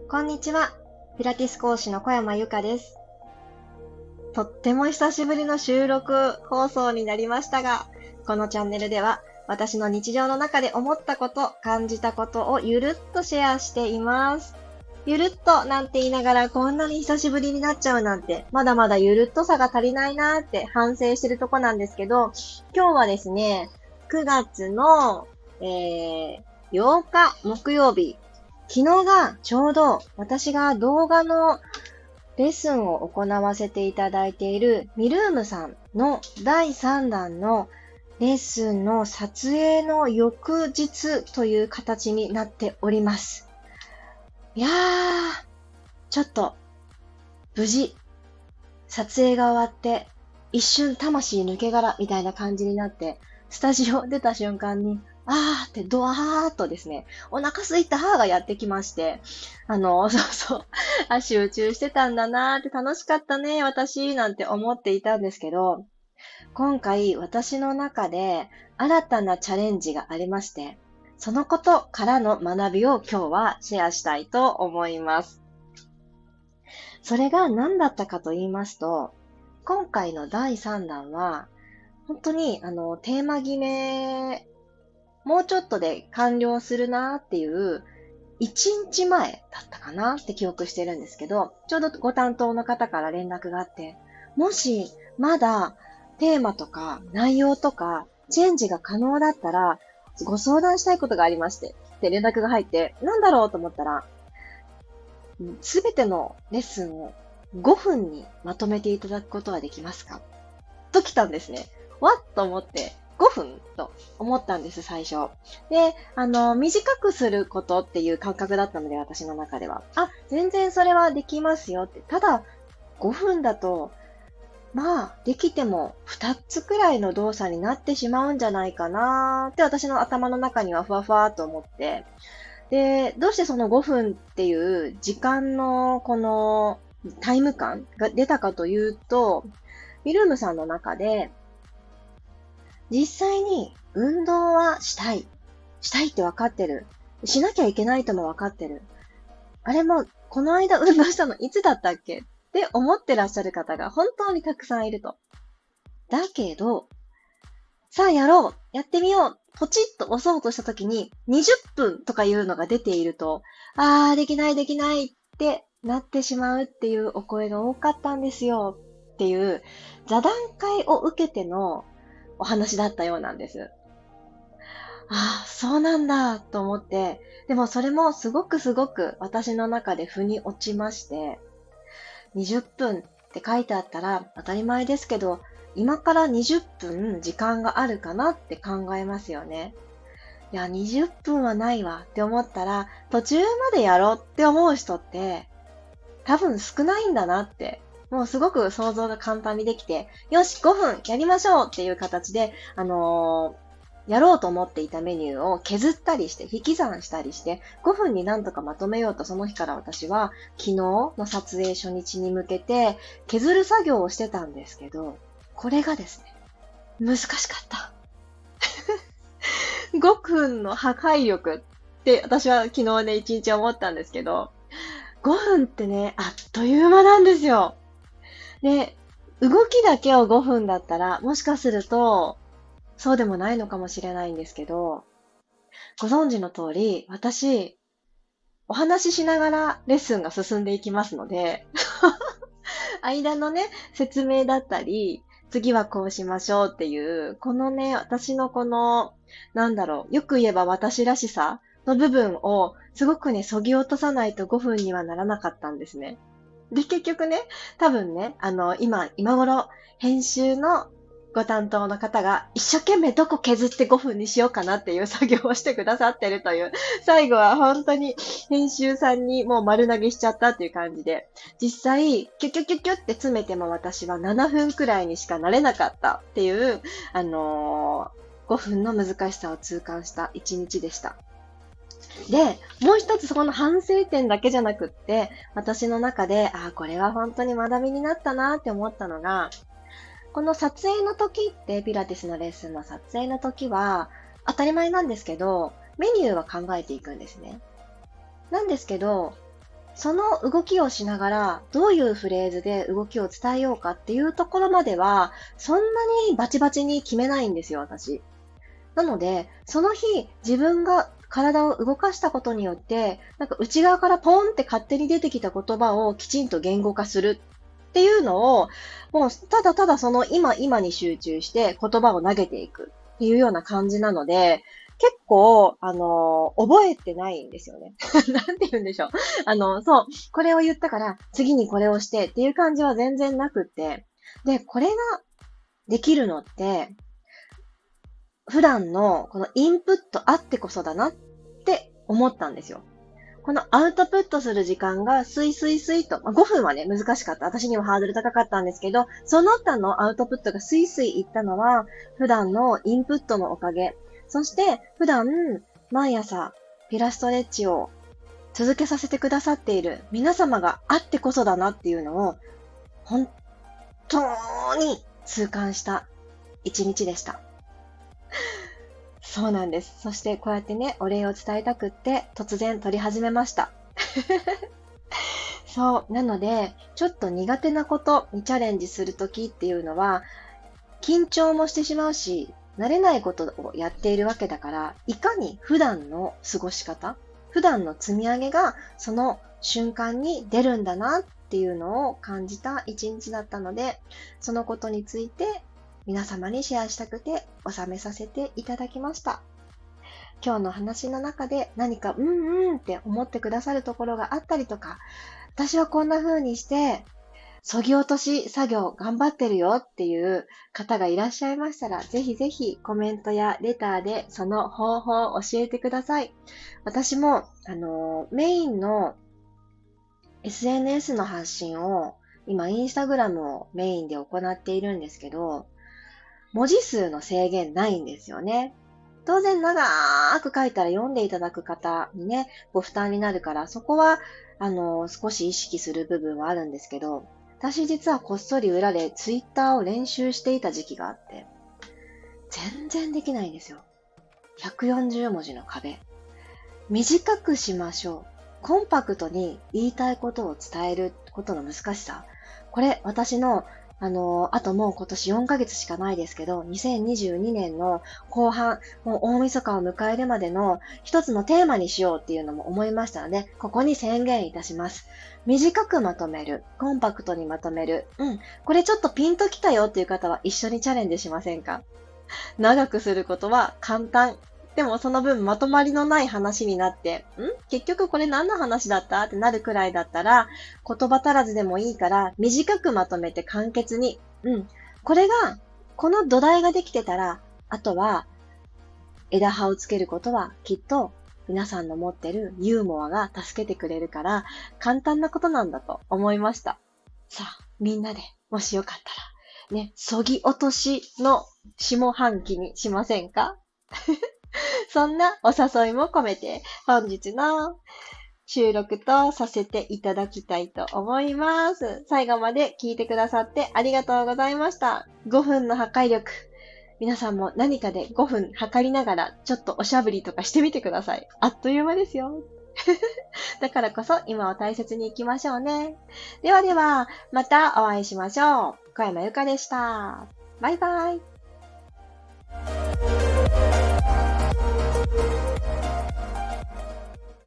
こんにちは。ピラティス講師の小山由かです。とっても久しぶりの収録放送になりましたが、このチャンネルでは私の日常の中で思ったこと、感じたことをゆるっとシェアしています。ゆるっとなんて言いながらこんなに久しぶりになっちゃうなんて、まだまだゆるっとさが足りないなーって反省してるとこなんですけど、今日はですね、9月の、8日木曜日、昨日がちょうど私が動画のレッスンを行わせていただいているミルームさんの第3弾のレッスンの撮影の翌日という形になっております。いやー、ちょっと無事撮影が終わって一瞬魂抜け殻みたいな感じになってスタジオ出た瞬間にってドワーっとですね、お腹空いたがやってきまして、集中してたんだなーって楽しかったね、私、なんて思っていたんですけど、今回私の中で新たなチャレンジがありまして、そのことからの学びを今日はシェアしたいと思います。それが何だったかと言いますと、今回の第3弾は、本当にテーマ決めもうちょっとで完了するなっていう1日前だったかなって記憶してるんですけど、ちょうどご担当の方から連絡があって、もしまだテーマとか内容とかチェンジが可能だったらご相談したいことがありまして、で連絡が入って、なんだろうと思ったら、すべてのレッスンを5分にまとめていただくことはできますかと来たんですね。わっと思って、5分と思ったんです、最初。で、短くすることっていう感覚だったので、私の中では。全然それはできますよって。ただ、5分だと、できても2つくらいの動作になってしまうんじゃないかなって私の頭の中にはふわふわっと思って。で、どうしてその5分っていう時間のこのタイム感が出たかというと、ミルームさんの中で、実際に運動はしたい。したいって分かってる。しなきゃいけないとも分かってる。あれも、この間運動したのいつだったっけって思ってらっしゃる方が本当にたくさんいると。だけど、さあやろうやってみようポチッと押そうとした時に20分とかいうのが出ていると、できないってなってしまうっていうお声が多かったんですよっていう座談会を受けてのお話だったようなんです。そうなんだと思って、でもそれもすごく私の中で腑に落ちまして、20分って書いてあったら当たり前ですけど、今から20分時間があるかなって考えますよね。いや、20分はないわって思ったら、途中までやろうって思う人って多分少ないんだなって、もうすごく想像が簡単にできて、よし、5分やりましょうっていう形で、やろうと思っていたメニューを削ったりして、引き算したりして、5分になんとかまとめようとその日から私は昨日の撮影初日に向けて削る作業をしてたんですけど、これがですね、難しかった。5分の破壊力って私は昨日ね、1日思ったんですけど、5分ってね、あっという間なんですよ。で、動きだけを5分だったら、もしかすると、そうでもないのかもしれないんですけど、ご存知の通り、私、お話ししながらレッスンが進んでいきますので、間のね、説明だったり、次はこうしましょうっていう、このね、私のこの、よく言えば私らしさの部分を、すごくね、削ぎ落とさないと5分にはならなかったんですね。で、結局ね、多分ね、今頃、編集のご担当の方が一生懸命どこ削って5分にしようかなっていう作業をしてくださってるという、最後は本当に編集さんにもう丸投げしちゃったっていう感じで、実際、キュキュキュキュって詰めても私は7分くらいにしかなれなかったっていう、5分の難しさを痛感した一日でした。で、もう一つそこの反省点だけじゃなくって、私の中で、これは本当に学びになったなって思ったのが、この撮影の時って、ピラティスのレッスンの撮影の時は、当たり前なんですけど、メニューは考えていくんですね。なんですけど、 その動きをしながら、どういうフレーズで動きを伝えようかっていうところまでは、そんなにバチバチに決めないんですよ、私。なので、その日、自分が体を動かしたことによって、なんか内側からポンって勝手に出てきた言葉をきちんと言語化するっていうのを、もうただただその今に集中して言葉を投げていくっていうような感じなので、結構、覚えてないんですよね。なんて言うんでしょう。そう、これを言ったから、次にこれをしてっていう感じは全然なくって。で、これができるのって、普段のこのインプットあってこそだなって思ったんですよ。このアウトプットする時間がスイスイスイと、5分はね、難しかった。私にもハードル高かったんですけど、その他のアウトプットがスイスイいったのは、普段のインプットのおかげ。そして、普段、毎朝、ピラストレッチを続けさせてくださっている皆様があってこそだなっていうのを、本当に痛感した一日でした。そうなんです。そしてこうやってね、お礼を伝えたくって突然撮り始めました。そう。なので、ちょっと苦手なことにチャレンジするときっていうのは、緊張もしてしまうし、慣れないことをやっているわけだから、いかに普段の過ごし方、普段の積み上げがその瞬間に出るんだなっていうのを感じた一日だったので、そのことについて皆様にシェアしたくて収めさせていただきました。今日の話の中で何かって思ってくださるところがあったりとか、私はこんな風にして、削ぎ落とし作業頑張ってるよっていう方がいらっしゃいましたら、ぜひぜひコメントやレターでその方法を教えてください。私も、メインの SNS の発信を、今インスタグラムをメインで行っているんですけど、文字数の制限ないんですよね。当然長く書いたら読んでいただく方にね、ご負担になるから、そこは、少し意識する部分はあるんですけど、私実はこっそり裏でツイッターを練習していた時期があって、全然できないんですよ。140文字の壁。短くしましょう。コンパクトに言いたいことを伝えることの難しさ。これ、私のあともう今年4ヶ月しかないですけど、2022年の後半、もう大晦日を迎えるまでの一つのテーマにしようっていうのも思いましたので、ここに宣言いたします。短くまとめる。コンパクトにまとめる。これちょっとピンときたよっていう方は一緒にチャレンジしませんか？長くすることは簡単。でもその分まとまりのない話になって、結局これ何の話だったってなるくらいだったら、言葉足らずでもいいから短くまとめて簡潔に。これが、この土台ができてたら、あとは枝葉をつけることはきっと皆さんの持ってるユーモアが助けてくれるから、簡単なことなんだと思いました。さあ、みんなでもしよかったら、ね、そぎ落としの下半期にしませんか？そんなお誘いも込めて、本日の収録とさせていただきたいと思います。最後まで聞いてくださってありがとうございました。5分の破壊力。皆さんも何かで5分測りながら、ちょっとおしゃべりとかしてみてください。あっという間ですよ。だからこそ今を大切に行きましょうね。ではでは、またお会いしましょう。小山由かでした。バイバイ。